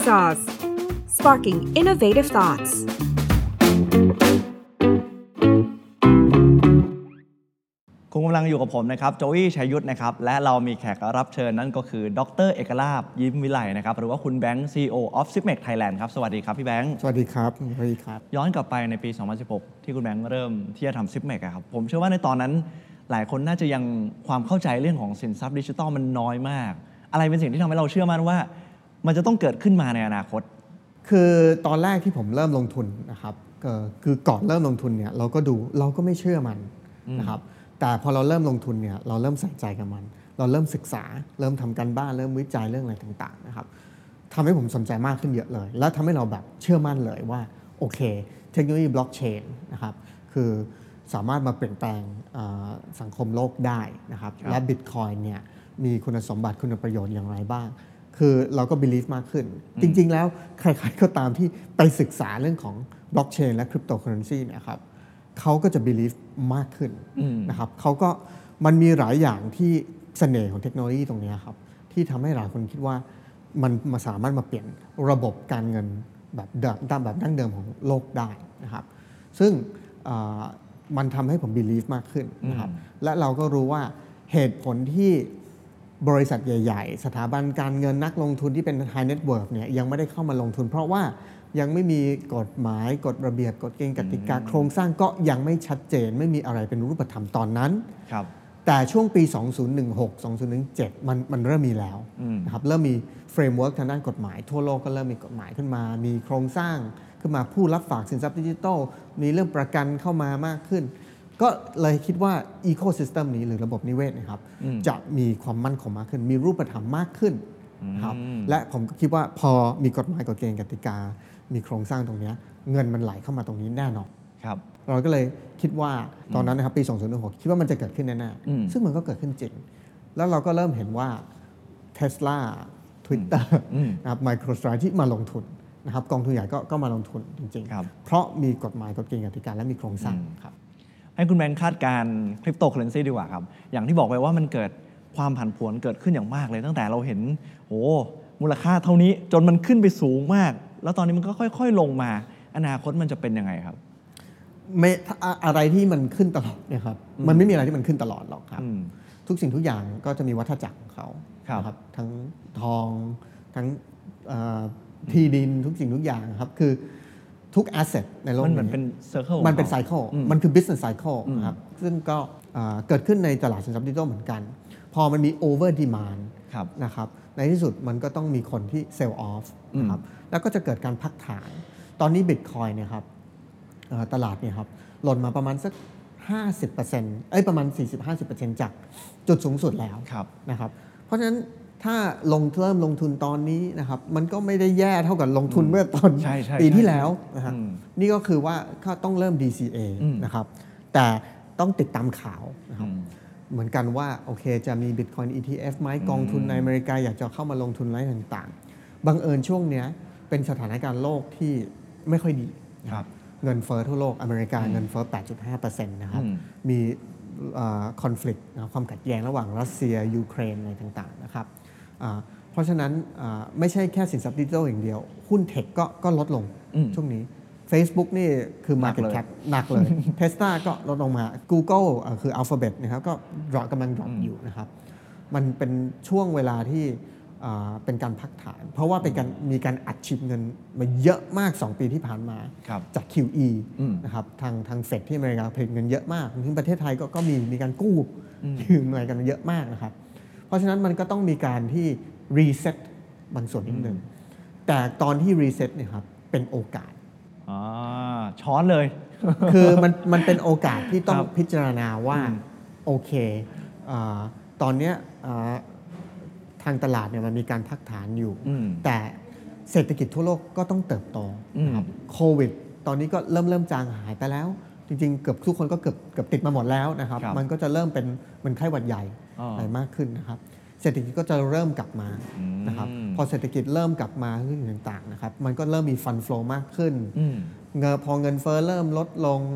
Jaws Sparking Innovative Thoughts คุณกำลังอยู่กับผมนะครับโจอี้ชัยยุทธนะครับและเรามีแขกรับเชิญนั่นก็คือดร.เอกลาภยิ้มวิไลนะครับหรือว่าคุณแบงค์ CEO of Sipmex Thailand ครับสวัสดีครับพี่แบงค์สวัสดีครับสวัสดีครับย้อนกลับไปในปี 2016 ที่คุณแบงค์เริ่มที่จะทำ Sipmex ครับผมเชื่อว่าในตอนนั้นหลายคนน่าจะยังความเข้าใจเรื่องของสินทรัพย์ดิจิทัลมันน้อยมากอะไรเป็นสิ่งที่ทำให้เราเชื่อมั่นว่ามันจะต้องเกิดขึ้นมาในอนาคตคือตอนแรกที่ผมเริ่มลงทุนนะครับคือก่อนเริ่มลงทุนเนี่ยเราก็ไม่เชื่อมันนะครับแต่พอเราเริ่มลงทุนเนี่ยเราเริ่มใส่ใจกับมันเราเริ่มศึกษาเริ่มทำการบ้านเริ่มวิจัยเรื่องอะไรต่างๆนะครับทำให้ผมสนใจมากขึ้นเยอะเลยและทำให้เราแบบเชื่อมั่นเลยว่าโอเคเทคโนโลยีบล็อกเชนนะครับคือสามารถมาเปลี่ยนแปลงสังคมโลกได้นะครับและ Bitcoin เนี่ยมีคุณสมบัติคุณประโยชน์อย่างไรบ้างคือเราก็ believe มากขึ้นจริงๆแล้วใครๆก็ตามที่ไปศึกษาเรื่องของบล็อกเชนและคริปโตเคอเรนซีเนี่ยครับเขาก็จะ believe มากขึ้นนะครับมันมีหลายอย่างที่เสน่ห์ของเทคโนโลยีตรงนี้ครับที่ทำให้หลายคนคิดว่ามันมาสามารถมาเปลี่ยนระบบการเงินแบบดั้งเดิมของโลกได้นะครับซึ่งมันทำให้ผม believe มากขึ้นนะครับและเราก็รู้ว่าเหตุผลที่บริษัทใหญ่ๆสถาบันการเงินนักลงทุนที่เป็น high net worth เนี่ยยังไม่ได้เข้ามาลงทุนเพราะว่ายังไม่มีกฎหมายกฎระเบียบกฎเกณฑ์กติกาโครงสร้างก็ยังไม่ชัดเจนไม่มีอะไรเป็นรูปธรรมตอนนั้นแต่ช่วงปี 2016 2017 มันเริ่มมีแล้วนะครับเริ่มมีเฟรมเวิร์กทางด้านกฎหมายทั่วโลกก็เริ่มมีกฎหมายขึ้นมามีโครงสร้างขึ้นมาผู้รับฝากสินทรัพย์ดิจิทัลมีเรื่องประกันเข้ามามากขึ้นก็เลยคิดว่าอีโคซิสเต็มนี้หรือระบบนิเวศนะครับจะมีความมั่นคงมากขึ้นมีรูปธรรมมากขึ้นครับและผมก็คิดว่าพอมีกฎหมายกฎเกณฑ์กติกามีโครงสร้างตรงนี้เงินมันไหลเข้ามาตรงนี้แน่นอนเราก็เลยคิดว่าตอนนั้นนะครับปี 2016 คิดว่ามันจะเกิดขึ้นแน่ๆซึ่งมันก็เกิดขึ้นจริงแล้วเราก็เริ่มเห็นว่า Tesla Twitter นะครับ MicroStrategy ที่มาลงทุนนะครับกองทุนใหญ่ก็มาลงทุนจริงๆเพราะมีกฎหมายกฎเกณฑ์กติกาและมีโครงสร้างครับให้คุณแบงค์คาดการคริปโตเคอเรนซีดีกว่าครับอย่างที่บอกไปว่ามันเกิดความผันผวนเกิดขึ้นอย่างมากเลยตั้งแต่เราเห็นมูลค่าเท่านี้จนมันขึ้นไปสูงมากแล้วตอนนี้มันก็ค่อยๆลงมาอนาคตมันจะเป็นยังไงครับไม่อะไรที่มันขึ้นตลอดเนี่ยครับมันไม่มีอะไรที่มันขึ้นตลอดหรอกครับทุกสิ่งทุกอย่างก็จะมีวัฏจักรของเขาครับทั้งทองทั้งที่ดินทุกสิ่งทุกอย่างครับคือทุก asset ในโลกนี้มันเป็น circle มันเป็น cycle มันคือ business cycle ครับซึ่งก็เกิดขึ้นในตลาดสินทรัพย์ดิจิทัลเหมือนกันพอมันมี over demand นะครับในที่สุดมันก็ต้องมีคนที่ sell off นะครับแล้วก็จะเกิดการพักฐานตอนนี้ Bitcoin เนี่ยครับตลาดเนี่ยครับหล่นมาประมาณสัก 50% ประมาณ 40-50% จากจุดสูงสุดแล้วนะครับเพราะฉะนั้นถ้าเริ่มลงทุนตอนนี้นะครับมันก็ไม่ได้แย่เท่ากับลงทุนเมื่อตอนปีที่แล้วนะครับนี่ก็คือว่าก็ต้องเริ่ม DCA นะครับแต่ต้องติดตามข่าวนะครับเหมือนกันว่าโอเคจะมี Bitcoin ETF ไหมกองทุนในอเมริกาอยากจะเข้ามาลงทุนอะไรต่างๆบังเอิญช่วงนี้เป็นสถานการณ์โลกที่ไม่ค่อยดีเงินเฟ้อทั่วโลกอเมริกาเงินเฟ้อ 8.5% นะครับมีconflict ความขัดแย้งระหว่างรัสเซียยูเครนอะไรต่างๆนะครับเพราะฉะนั้นไม่ใช่แค่สินทรัพย์ดิจิทัลอย่างเดียวหุ้นเทคก็ลดลงช่วงนี้ Facebook นี่คือ market cap หนักเลย Tesla ก็ลดลงมา Google คือ Alphabet นะครับก็กำลัง drop อยู่นะครับมันเป็นช่วงเวลาที่เป็นการพักฐานเพราะว่ามีการอัดฉีดเงินมาเยอะมาก2ปีที่ผ่านมาจาก QE นะครับทางเฟดที่อเมริกาผลิตเงินเยอะมากถึงประเทศไทยก็มีการกู้ยืมอะไรกันเยอะมากนะครับเพราะฉะนั้นมันก็ต้องมีการที่รีเซ็ตบางส่วนนิดนึงแต่ตอนที่รีเซ็ตเนี่ยครับเป็นโอกาสช้อนเลยคือมันเป็นโอกาสที่ต้องพิจารณาว่าโอเคตอนเนี้ยทางตลาดเนี่ยมันมีการพักฐานอยู่แต่เศรษฐกิจทั่วโลกก็ต้องเติบโตนะครับโควิดตอนนี้ก็เริ่มจางหายไปแล้วจริงๆเกือบทุกคนก็เกือบติดมาหมดแล้วนะครับมันก็จะเริ่มเป็นเหมือนไข้หวัดใหญ่อะไรมากขึ้นนะครับเศรษฐกิจก็จะเริ่มกลับมานะครับพอเศรษฐกิจเริ่มกลับมาขึ้นต่างๆนะครับมันก็เริ่มมีฟันโฟลว์มากขึ้นพอเงินเฟ้อเริ่มลดลง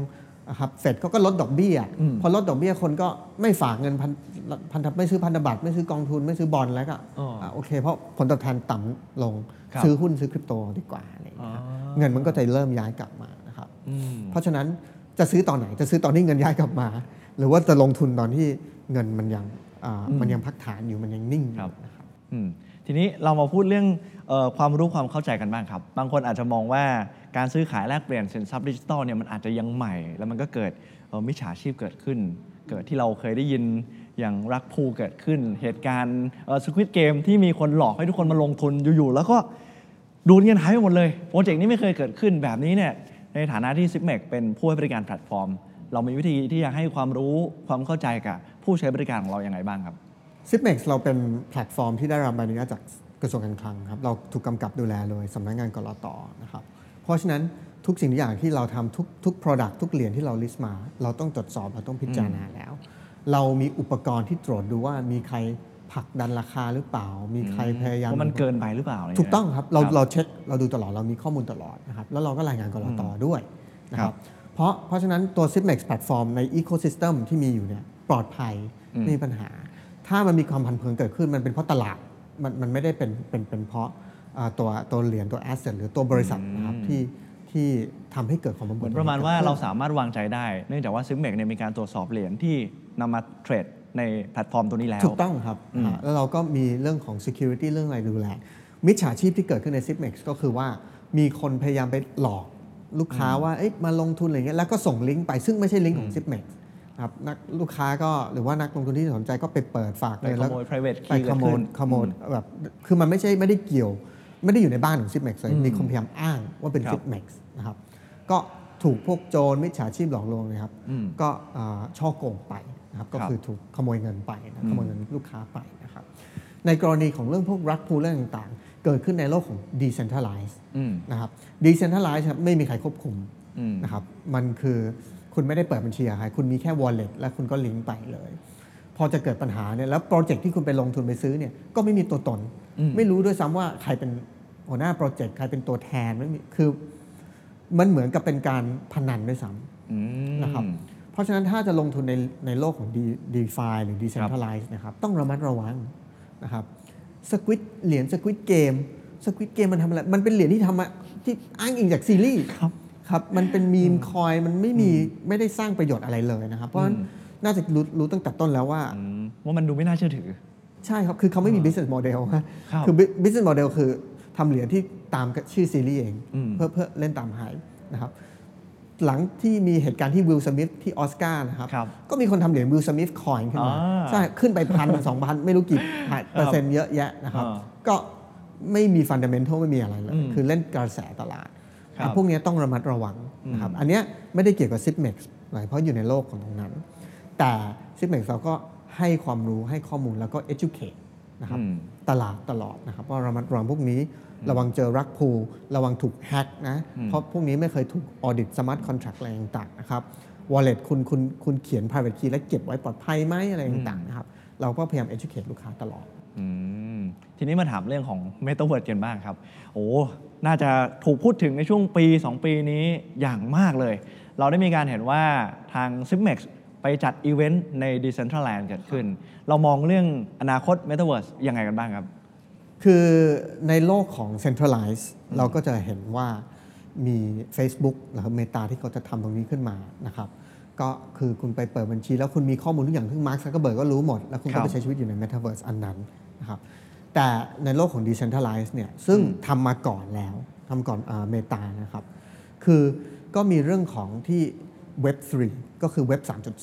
นะครับเฟดเขาก็ลดดอกเบี้ยพอลดดอกเบี้ยคนก็ไม่ฝากเงินไม่ซื้อพันธบัตรไม่ซื้อกองทุนไม่ซื้อบอนด์แล้วก็โอเคเพราะผลตอบแทนต่ำลงซื้อหุ้นซื้อคริปโตดีกว่าอะไรอย่างเงี้ยเงินมันก็จะเริ่มย้ายกลับมานะครับเพราะฉะนั้นจะซื้อตอนไหนจะซื้อตอนที่เงินย้ายกลับมาหรือว่าจะลงทุนตอนที่เงินมันยังพักฐานอยู่มันยังนิ่งนะครับทีนี้เรามาพูดเรื่องความรู้ความเข้าใจกันบ้างครับบางคนอาจจะมองว่าการซื้อขายแลกเปลี่ยนสินทรัพย์ดิจิทัลเนี่ยมันอาจจะยังใหม่แล้วมันก็เกิดมิจฉาชีพเกิดขึ้นเกิดที่เราเคยได้ยินอย่างรักพูเกิดขึ้นเหตุการณ์Squid Game ที่มีคนหลอกให้ทุกคนมาลงทุนอยู่ๆแล้วก็ดูดเงินหายไปหมดเลยโปรเจกต์นี้ไม่เคยเกิดขึ้นแบบนี้เนี่ยในฐานะที่ Zipmex เป็นผู้ให้บริการแพลตฟอร์มเรามีวิธีที่จะให้ความรู้ความเข้าใจกับผู้ใช้บริการของเราอย่างไรบ้างครับ Zipmex เราเป็นแพลตฟอร์มที่ได้รับใบอนุญาตจากกระทรวงการคลังครับเราถูกกำกับดูแลโดยสำนักงานกลต.นะครับเพราะฉะนั้นทุกสิ่งทุกอย่างที่เราทำทุก product ทุกเหรียญที่เรา list มาเราต้องตรวจสอบเราต้องพิจารณาแล้วเรามีอุปกรณ์ที่ตรวจดูว่ามีใครผลักดันราคาหรือเปล่ามีใครพยายามว่ามันเกินไปหรือเปล่าถูกต้องครับเราเช็คเราดูตลอดเรามีข้อมูลตลอดนะครับแล้วเราก็รายงานกลต.ด้วยนะครับเพราะฉะนั้นตัว Zipmex แพลตฟอร์มใน ecosystem ที่มีอยู่เนี่ยปลอดภัยไม่มีปัญหาถ้ามันมีความผันผวนเกิดขึ้นมันเป็นเพราะตลาดมันไม่ได้เป็นเพราะตัวเหรียญตัว asset หรือตัวบริษัทนะครับที่ทำให้เกิดความผันผวนประมาณว่าเราสามารถวางใจได้เนื่องจากว่า Zipmex เนี่ยมีการตรวจสอบเหรียญที่นำมาเทรดในแพลตฟอร์มตัวนี้แล้วถูกต้องครับแล้วเราก็มีเรื่องของ security เรื่องอะไรดูแลมิจฉาชีพที่เกิดขึ้นใน Zipmex ก็คือว่ามีคนพยายามไปหลอกลูกค้าว่ามาลงทุนอะไรเงี้ยแล้วก็ส่งลิงก์ไปซึ่งไม่ใช่ลิงก์ของ Zipmex ครับนักลูกค้าก็หรือว่านักลงทุนที่สนใจก็ไปเปิดฝากเลยแล้ว private ไปขโมยแบบคือมันไม่ได้เกี่ยวไม่ได้อยู่ในบ้านของ Zipmex เลยมีคนพยายามอ้างว่าเป็น Zipmex นะครับก็ถูกพวกโจรมิจฉาชีพหลอกลวงนะครับก็ช่อโกงไปนะครับก็คือถูกขโมยเงินไปขโมยเงินลูกค้าไปนะครับในกรณีของเรื่องพวกรักพูเรื่องต่างๆเกิดขึ้นในโลกของ decentralized นะครับ decentralized ครับไม่มีใครควบคุมนะครับมันคือคุณไม่ได้เปิดบัญชีใครคุณมีแค่ wallet แล้วคุณก็ลิงก์ไปเลยพอจะเกิดปัญหาเนี่ยแล้วโปรเจกต์ที่คุณไปลงทุนไปซื้อเนี่ยก็ไม่มีตัวตนไม่รู้ด้วยซ้ำว่าใครเป็นหัวหน้าโปรเจกต์ใครเป็นตัวแทนไม่มีคือมันเหมือนกับเป็นการพนันด้วยซ้ำนะครับเพราะฉะนั้นถ้าจะลงทุนในโลกของ DeFi หรือ Decentralized นะครับต้องระมัดระวังนะครับเหรียญ Squid Game มันทำอะไรมันเป็นเหรียญที่ที่อ้างอิงจากซีรีส์ครับมันเป็นมีมคอยมันไม่ได้สร้างประโยชน์อะไรเลยนะครับเพราะฉะนั้นน่าจะรู้ตั้งแต่ต้นแล้วว่ามันดูไม่น่าเชื่อถือใช่ครับคือเขาไม่มี business model คือ business model คือทำเหรียญที่ตามชื่อซีรีส์เองเพื่อเล่นตามไฮนะครับหลังที่มีเหตุการณ์ที่วิลสมิธที่ออสการ์นะครับก็มีคนทำเหรียญวิลสมิธคอยน์ขึ้นมาใช่ขึ้นไป1,000-2,000 ไม่รู้กี่เปอร์เซ็นต์เยอะแยะนะครับก็ไม่มีฟันดัมเมนทัลไม่มีอะไรเลยคือเล่นกระแสตลาดพวกนี้ต้องระมัดระวังนะครับอันนี้ไม่ได้เกี่ยวกับ Zipmex เพราะอยู่ในโลกของตรงนั้นแต่ Zipmex เราก็ให้ความรู้ให้ข้อมูลแล้วก็ educate นะครับตลาดตลอดนะครับว่าระมัดระวังพวกนี้ระวังเจอรักพูระวังถูกแฮกนะเพราะพวกนี้ไม่เคยถูกออดิตสมาร์ทคอนแทรคอะไรต่างๆนะครับ wallet คุณเขียน private key และเก็บไว้ปลอดภัยไหมอะไรต่างๆนะครับเราก็พยายาม educate ลูกค้าตลอดทีนี้มาถามเรื่องของ Metaverse กันบ้างครับน่าจะถูกพูดถึงในช่วงปี 2 ปีนี้อย่างมากเลยเราได้มีการเห็นว่าทาง Zipmex ไปจัดอีเวนต์ใน Decentraland เกิดขึ้นเรามองเรื่องอนาคต Metaverse ยังไงกันบ้างครับคือในโลกของ Centralized เราก็จะเห็นว่ามี Facebook หรือ Meta ที่เขาจะทำตรงนี้ขึ้นมานะครับก็คือคุณไปเปิดบัญชีแล้วคุณมีข้อมูลทุกอย่างที่มาร์คซักเคอร์เบิร์กก็รู้หมดแล้วคุณก็ไปใช้ชีวิตอยู่ใน Metaverse อันนั้นนะครับแต่ในโลกของ Decentralized เนี่ยซึ่งทำมาก่อนแล้วทำก่อนMeta นะครับคือก็มีเรื่องของที่ Web 3 ก็คือ Web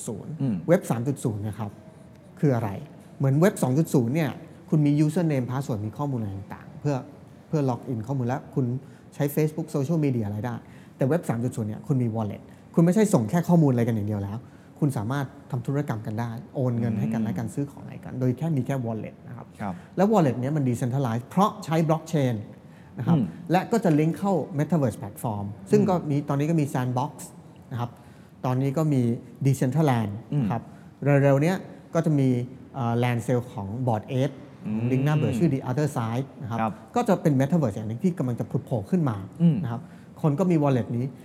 3.0 Web 3.0 นะครับคืออะไรเหมือน Web 2.0 เนี่ยคุณมี username password มีข้อมูลอะไรต่างๆเพื่อล็อกอินข้อมูลแล้วคุณใช้ Facebook Social Media อะไรได้แต่ Web 3.0 เนี่ยคุณมี wallet คุณไม่ใช่ส่งแค่ข้อมูลอะไรกันอย่างเดียวแล้วคุณสามารถทำธุรกรรมกันได้โอนเงินให้กันและกันซื้อของอะไรกันโดยมีแค่ wallet นะครับแล้ว wallet เนี้ยมัน decentralized เพราะใช้ blockchain นะครับและก็จะลิงก์เข้า Metaverse platform ซึ่งก็มีตอนนี้ก็มี Sandbox นะครับตอนนี้ก็มี Decentraland ครับเร็วๆนี้ก็จะมีland sale ของ Bored Ape ลิงก์หน้าเบื่อชื่อ The Other Side นะครับก็จะเป็น Metaverse อย่างนึงที่กำลังจะผุดโผล่ขึ้นมานะครับคนก็มี wallet นี้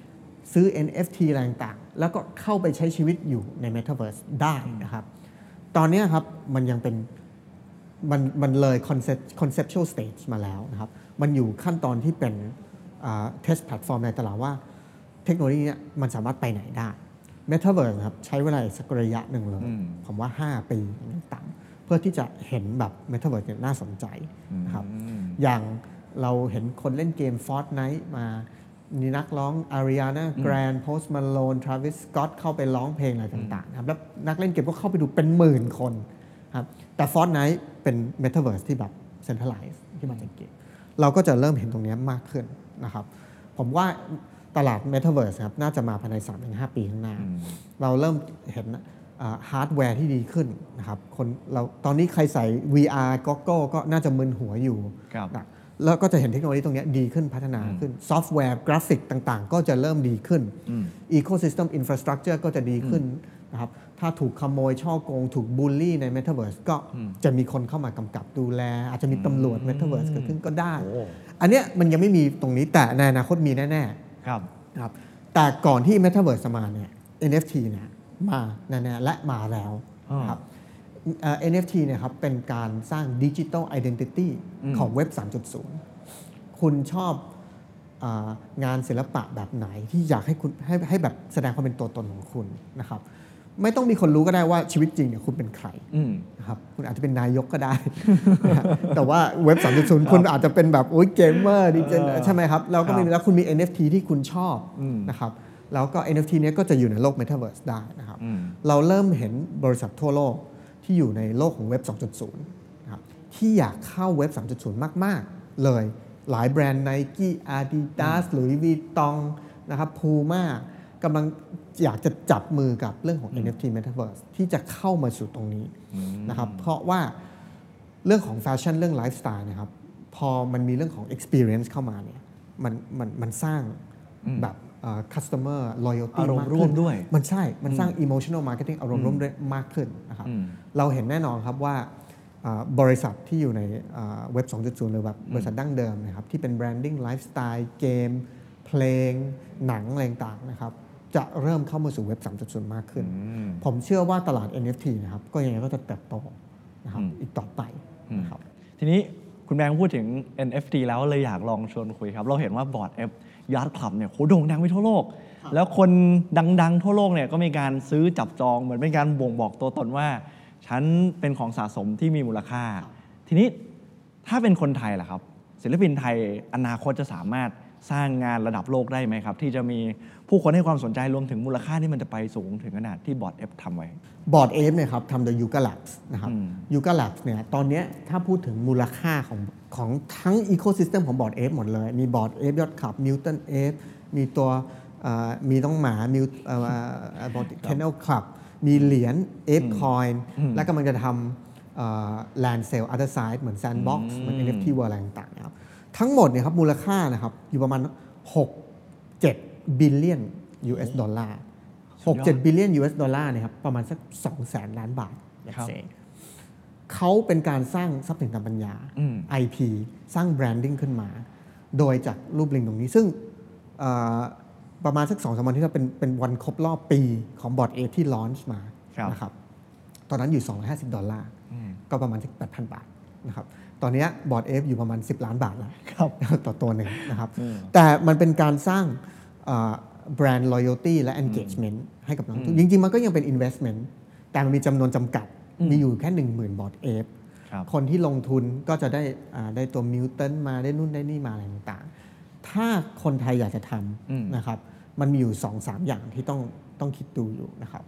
ซื้อ NFT อะไรต่างๆแล้วก็เข้าไปใช้ชีวิตอยู่ใน Metaverse ได้นะครับตอนนี้ครับมันยังเป็นมันเลย conceptual stage มาแล้วนะครับมันอยู่ขั้นตอนที่เป็นtest platform ในตลาดว่าเทคโนโลยีนี้มันสามารถไปไหนได้ Metaverse ครับใช้เวลาสักระยะหนึ่งเลยผมว่า 5 ปีต่างๆเพื่อที่จะเห็นแบบ Metaverse น่าสนใจนะครับอย่างเราเห็นคนเล่นเกม Fortnite มามีนักร้อง Ariana Grande Post Malone Travis Scott เข้าไปร้องเพลงอะไรต่างๆนะครับแล้วนักเล่นเกมก็เข้าไปดูเป็นหมื่นคนครับแต่ Fortnite เป็น Metaverse ที่แบบ centralized ที่มาจากเกมเราก็จะเริ่มเห็นตรงนี้มากขึ้นนะครับผมว่าตลาด Metaverse ครับน่าจะมาภายใน 3-5 ปีข้างหน้าเราเริ่มเห็นฮาร์ดแวร์ที่ดีขึ้นนะครับเราตอนนี้ใครใส่ VR Goggle ก็น่าจะมึนหัวอยู่นะแล้วก็จะเห็นเทคโนโลยีตรงนี้ดีขึ้นพัฒนาขึ้นซอฟต์แวร์กราฟิกต่างๆก็จะเริ่มดีขึ้น Ecosystem Infrastructure ก็จะดีขึ้นนะครับถ้าถูกขโมยช่อโกงถูกบูลลี่ใน Metaverse ก็จะมีคนเข้ามากำกับดูแลอาจจะมีตำรวจ Metaverse เกิดขึ้นก็ได้อันเนี้ยมันยังไม่มีตรงนี้แต่ในอนาคตมีแน่ๆครับแต่ก่อนที่ Metaverse จะมาเนี่ย NFT เนี่ยมาแน่ๆและมาแล้วครับNFT เนี่ยครับเป็นการสร้าง Digital Identity ของเว็บ 3.0 คุณชอบงานศิลปะแบบไหนที่อยากให้คุณให้แบบแสดงความเป็นตัวตนของคุณนะครับไม่ต้องมีคนรู้ก็ได้ว่าชีวิตจริงเนี่ยคุณเป็นใครนะครับคุณอาจจะเป็นนายกก็ได้ แต่ว่าเว็บ 3.0 คุณอาจจะเป็นแบบเกมเมอร์ดิจิทัลใช่ไหมครับแล้วก็มีแล้วคุณมี NFT ที่คุณชอบนะครับแล้วก็ NFT เนี้ยก็จะอยู่ในโลก Metaverse ได้นะครับเราเริ่มเห็นบริษัททั่วโลกที่อยู่ในโลกของเว็บ 2.0 นะครับที่อยากเข้าเว็บ 3.0 มากๆเลยหลายแบรนด์ Nike Adidas Louis Vuitton นะครับ Puma กำลังอยากจะจับมือกับเรื่องของ NFT Metaverse ที่จะเข้ามาสู่ตรงนี้นะครับเพราะว่าเรื่องของแฟชั่นเรื่องไลฟ์สไตล์นะครับพอมันมีเรื่องของ experience เข้ามาเนี่ยมันสร้างแบบcustomer loyalty อารมณ์ร่วมด้วยมันสร้าง emotional marketing อารมณ์ร่วมด้วยมากขึ้นนะครับเราเห็นแน่นอนครับว่าบริษัทที่อยู่ในเว็บ 2.0 หรือแบบบริษัทดั้งเดิมนะครับที่เป็น branding lifestyle เกมเพลงหนังอะไรต่างๆนะครับจะเริ่มเข้ามาสู่เว็บ 3.0 มากขึ้นผมเชื่อว่าตลาด NFT นะครับก็ยังไงก็จะเติบโตนะครับอีกต่อไปนะครับทีนี้คุณแบงค์พูดถึง NFT แล้วเลยอยากลองชวนคุยครับเราเห็นว่าบอร์ด F Yacht Club เนี่ยโด่งดังไปทั่วโลกแล้วคนดังๆทั่วโลกเนี่ยก็มีการซื้อจับจองเหมือนเป็นการบ่งบอกตัวตนว่าฉันเป็นของสะสมที่มีมูลค่าทีนี้ถ้าเป็นคนไทยล่ะครับศิลปินไทยอนาคตจะสามารถสร้างงานระดับโลกได้ไหมครับที่จะมีผู้คนให้ความสนใจรวมถึงมูลค่าที่มันจะไปสูงถึงขนาดที่บอร์ด F ทำไว้บอร์ด F เนี่ยครับทำโดย Yuga Labs นะครับ Yuga Labs เนี่ยตอนนี้ถ้าพูดถึงมูลค่าของทั้ง Ecosystem ของบอร์ด F หมดเลยมีบอร์ด F Yacht Club Milton F มีตัวมีน้องหมาบอร์ด Kennel Club มีเหรียญ F Coin และกำลังจะทำLand Sale Other Side เหมือน Sandbox เหมือน NFT World อะไรต่างๆนะครับทั้งหมดเนี่ยครับมูลค่านะครับอยู่ประมาณ 6-7 บิลเลียน US ดอลลาร์6-7 บิลเลียน US ดอลลาร์เนี่ยครับประมาณสัก 200,000 ล้านบาทเขาเป็นการสร้างทรัพย์สินทางปัญญา IP สร้างแบรนดิ้งขึ้นมาโดยจากรูปลิงตรงนี้ซึ่งประมาณสัก 2-3 วันที่เราเป็นวันครบรอบปีของบอร์ด A ที่ลอนช์มานะครับตอนนั้นอยู่$250ก็ประมาณสัก 8,000 บาทนะครับตอนนี้บอร์ด F อยู่ประมาณ10 ล้านบาทแล้วต่อตัวหนึ่งนะครับแต่มันเป็นการสร้างแบรนด์ loyalty และ engagement ให้กับนักลงทุนจริงๆมันก็ยังเป็น investment แต่มันมีจำนวนจำกัดมีอยู่แค่ 10,000 บอร์ด F คนที่ลงทุนก็จะได้ตัว Milton มาได้นู่นได้นี่มาอะไรต่างๆถ้าคนไทยอยากจะทำนะครับมันมีอยู่ 2-3 อย่างที่ต้องคิดดูอยู่นะครับ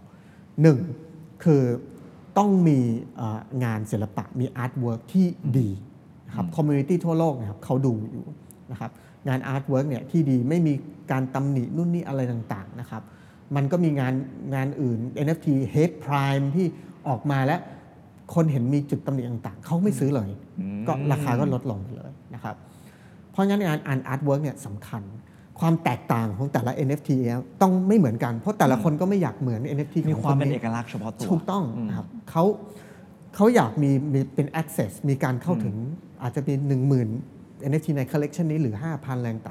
1คือต้องมีงานศิลปะมีอาร์ตเวิร์กที่ดีนะครับคอมมูนิตี้ทั่วโลกนะครับเขาดูอยู่นะครับงานอาร์ตเวิร์กเนี่ยที่ดีไม่มีการตำหนินู่นนี่อะไรต่างๆนะครับมันก็มีงานอื่น NFT Hate Prime ที่ออกมาแล้วคนเห็นมีจุดตำหนิต่างๆเขาไม่ซื้อเลยก็ราคาก็ลดลงไปเลยนะครับเพราะงั้นงานอาร์ตเวิร์กเนี่ยสำคัญความแตกต่างของแต่ละ NFT ต้องไม่เหมือนกันเพราะแต่ละคนก็ไม่อยากเหมือน NFT มีความเป็นเอกลักษณ์เฉพาะตัวถูกต้องนะครับเขาอยากมีเป็น access มีการเข้าถึงอาจจะมี 10,000 NFT ใน collection นี้หรือ 5,000 แรงต่าง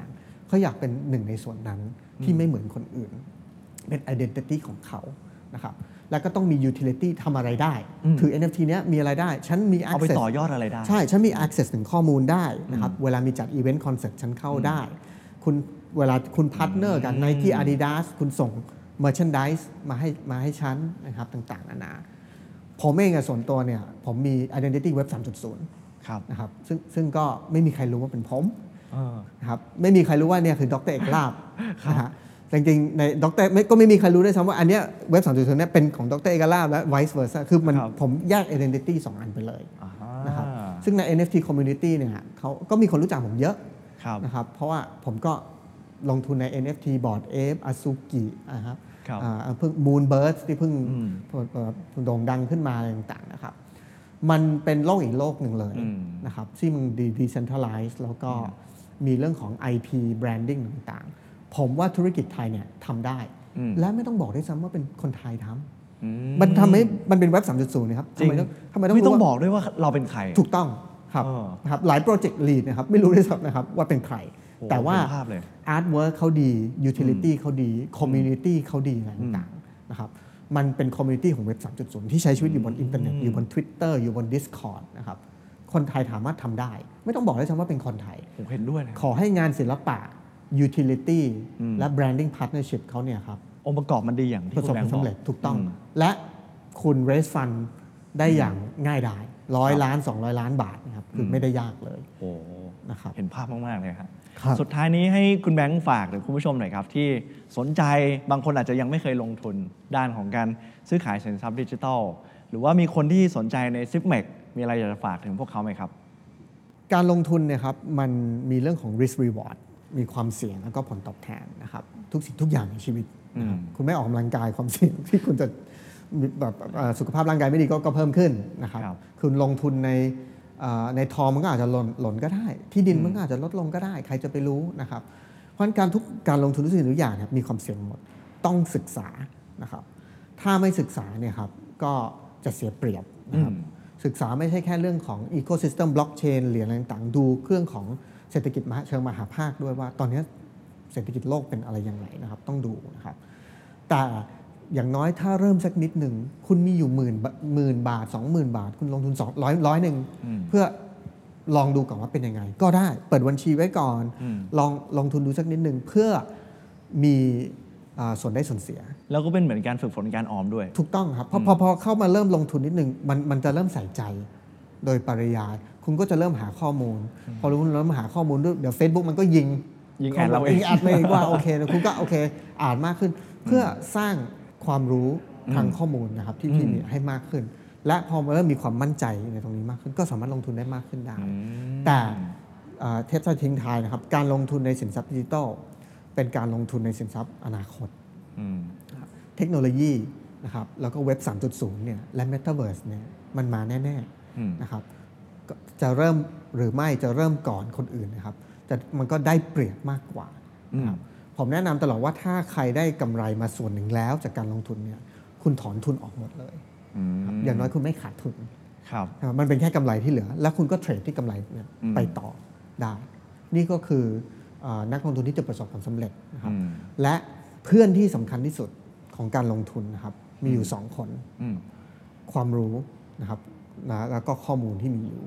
เขาอยากเป็นหนึ่งในส่วนนั้นที่ไม่เหมือนคนอื่นเป็น identity ของเขานะครับแล้วก็ต้องมี utility ทำอะไรได้ถือ NFT เนี้ยมีอะไรได้ฉันมี access เอาไปต่อยอดอะไรได้ใช่ฉันมี access ถึงข้อมูลได้นะครับเวลามีจัด event concert ฉันเข้าได้เวลาคุณพาร์ทเนอร์กัน Nike Adidas คุณส่ง merchandise มาให้ฉันนะครับต่างๆนานาผมเองส่วนตัวเนี่ยผมมี identity web 3.0 ครับนะครับซึ่งก็ไม่มีใครรู้ว่าเป็นผมนะครับไม่มีใครรู้ว่าเนี่ยคือดร.เอกลาภนะฮะจริงๆในดร.ก็ไม่มีใครรู้ด้วยซ้ำว่าอันเนี้ยเว็บ 3.0 เนี่ยเป็นของดร.เอกลาภและ vice versa คือมันผมแยก identity 2 อันไปเลยนะครับซึ่งใน NFT community เนี่ยเขาก็มีคนรู้จักผมเยอะนะครับเพราะว่าผมก็ลงทุนใน NFT Bored Ape Azuki นะครับเพิ่ง Moonbirds ที่เพิ่งโด่งดังขึ้นมาอะไรต่างๆนะครับมันเป็นโลกอีกโลกหนึ่งเลยนะครับที่มัน decentralized แล้วก็มีเรื่องของ IP branding ต่างๆผมว่าธุรกิจไทยเนี่ยทำได้และไม่ต้องบอกด้วยซ้ำว่าเป็นคนไทยทำมันทำให้มันเป็นเว็บ 3.0 นะครับทำไมต้องไม่ต้องบอกด้วยว่าเราเป็นใครถูกต้องครับหลายโปรเจกต์ lead นะครับไม่รู้ด้วยซ้ำนะครับว่าเป็นใครแต่ว่า artwork เขาดี utility เขาดี community เขาดีอะไรต่างๆนะครับมันเป็น community ของเว็บ 3.0 ที่ใช้ชีวิตอยู่บนอินเทอร์เน็ตอยู่บน Twitter อยู่บน Discord นะครับคนไทยสามารถทำได้ไม่ต้องบอกด้วยซ้ำว่าเป็นคนไทยผมเห็นด้วยนะขอให้งานศิลปะ utility และ branding partnership เขาเนี่ยครับองค์ประกอบมันดีอย่างที่คุณแบงค์บอกประสบความสำเร็จถูกต้องและคุณ raise fund ได้อย่างง่ายดาย100 ล้าน200 ล้านบาทนะครับคือไม่ได้ยากเลยนะครับเห็นภาพมากๆเลยครับสุดท้ายนี้ให้คุณแบงค์ฝากหรือคุณผู้ชมหน่อยครับที่สนใจบางคนอาจจะยังไม่เคยลงทุนด้านของการซื้อขายสินทรัพย์ดิจิทัลหรือว่ามีคนที่สนใจใน Zipmex มีอะไรอยากจะฝากถึงพวกเขาไหมครับการลงทุนเนี่ยครับมันมีเรื่องของ risk reward มีความเสี่ยงแล้วก็ผลตอบแทนนะครับทุกสิ่งทุกอย่างในชีวิตคุณไม่ออกกำลังกายความเสี่ยงที่คุณจะแบบสุขภาพร่างกายไม่ดีก็เพิ่มขึ้นนะครับคุณลงทุนในทองมันก็อาจจะหล่นก็ได้ที่ดินมันก็อาจจะลดลงก็ได้ใครจะไปรู้นะครับเพราะฉะนั้นการลงทุนทุกสิ่งทุกอย่างมีความเสี่ยงหมดต้องศึกษานะครับถ้าไม่ศึกษาเนี่ยครับก็จะเสียเปรียบนะครับศึกษาไม่ใช่แค่เรื่องของอีโคซิสเต็มบล็อกเชนเหรียญอะไรต่างๆดูเครื่องของเศรษฐกิจเชิงมหาภาคด้วยว่าตอนนี้เศรษฐกิจโลกเป็นอะไรยังไงนะครับต้องดูนะครับแต่อย่างน้อยถ้าเริ่มสักนิดหนึ่งคุณมีอยู่10,000 บาท 20,000 บาทคุณลงทุน100นึงเพื่อลองดูก่อนว่าเป็นยังไงก็ได้เปิดบัญชีไว้ก่อนลงทุนดูสักนิดหนึ่งเพื่อมีส่วนได้ส่วนเสียแล้วก็เป็นเหมือนการฝึกฝนการออมด้วยถูกต้องครับพอเข้ามาเริ่มลงทุนนิดหนึ่งมันจะเริ่มใส่ใจโดยปริยายคุณก็จะเริ่มหาข้อมูลพอรู้เริ่มหาข้อมูลด้วยเดี๋ยว Facebook มันก็ยิงแอดเราเองแอดเลยว่าโอเคคุณก็โอเคอ่านมากขึ้นเพื่อสร้างความรู้ทางข้อมูลนะครับที่มีให้มากขึ้นและพอเริ่มมีความมั่นใจในตรงนี้มากขึ้นก็สามารถลงทุนได้มากขึ้นได้แต่เทปทิ้งท้ายนะครับการลงทุนในสินทรัพย์ดิจิทัลเป็นการลงทุนในสินทรัพย์อนาคตเทคโนโลยีนะครับแล้วก็เว็บ 3.0 เนี่ยและ Metaverse เนี่ยมันมาแน่ๆนะครับจะเริ่มหรือไม่จะเริ่มก่อนคนอื่นนะครับแต่มันก็ได้เปรียบมากกว่านะครับผมแนะนำตลอดว่าถ้าใครได้กำไรมาส่วนหนึ่งแล้วจากการลงทุนเนี่ยคุณถอนทุนออกหมดเลยอย่างน้อยคุณไม่ขาดทุนมันเป็นแค่กำไรที่เหลือแล้วคุณก็เทรดที่กำไรไปต่อได้นี่ก็คือนักลงทุนที่จะประสบความสำเร็จนะครับและเพื่อนที่สำคัญที่สุดของการลงทุนนะครับมีอยู่2คนความรู้นะครับแล้วก็ข้อมูลที่มีอยู่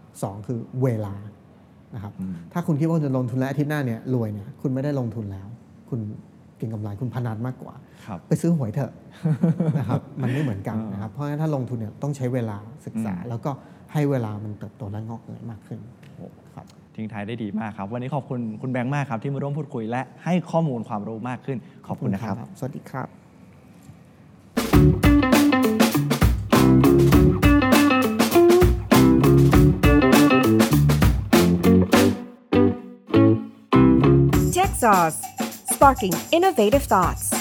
2คือเวลานะครับถ้าคุณคิดว่าจะลงทุนแล้วอาทิตย์หน้าเนี่ยรวยเนี่ยคุณไม่ได้ลงทุนแล้วคุณเก็งกำไรคุณพนันมากกว่าไปซื้อหวยเถอะนะครับมันไม่เหมือนกันนะครับเพราะฉะนั้นถ้าลงทุนเนี่ยต้องใช้เวลาศึกษาแล้วก็ให้เวลามันเติบโตและงอกเงยมากขึ้นครับทิ้งท้ายได้ดีมากครับวันนี้ขอบคุณคุณแบงค์มากครับที่มาร่วมพูดคุยและให้ข้อมูลความรู้มากขึ้นขอบคุณนะครับสวัสดีครับ TechSauce, sparking innovative thoughts.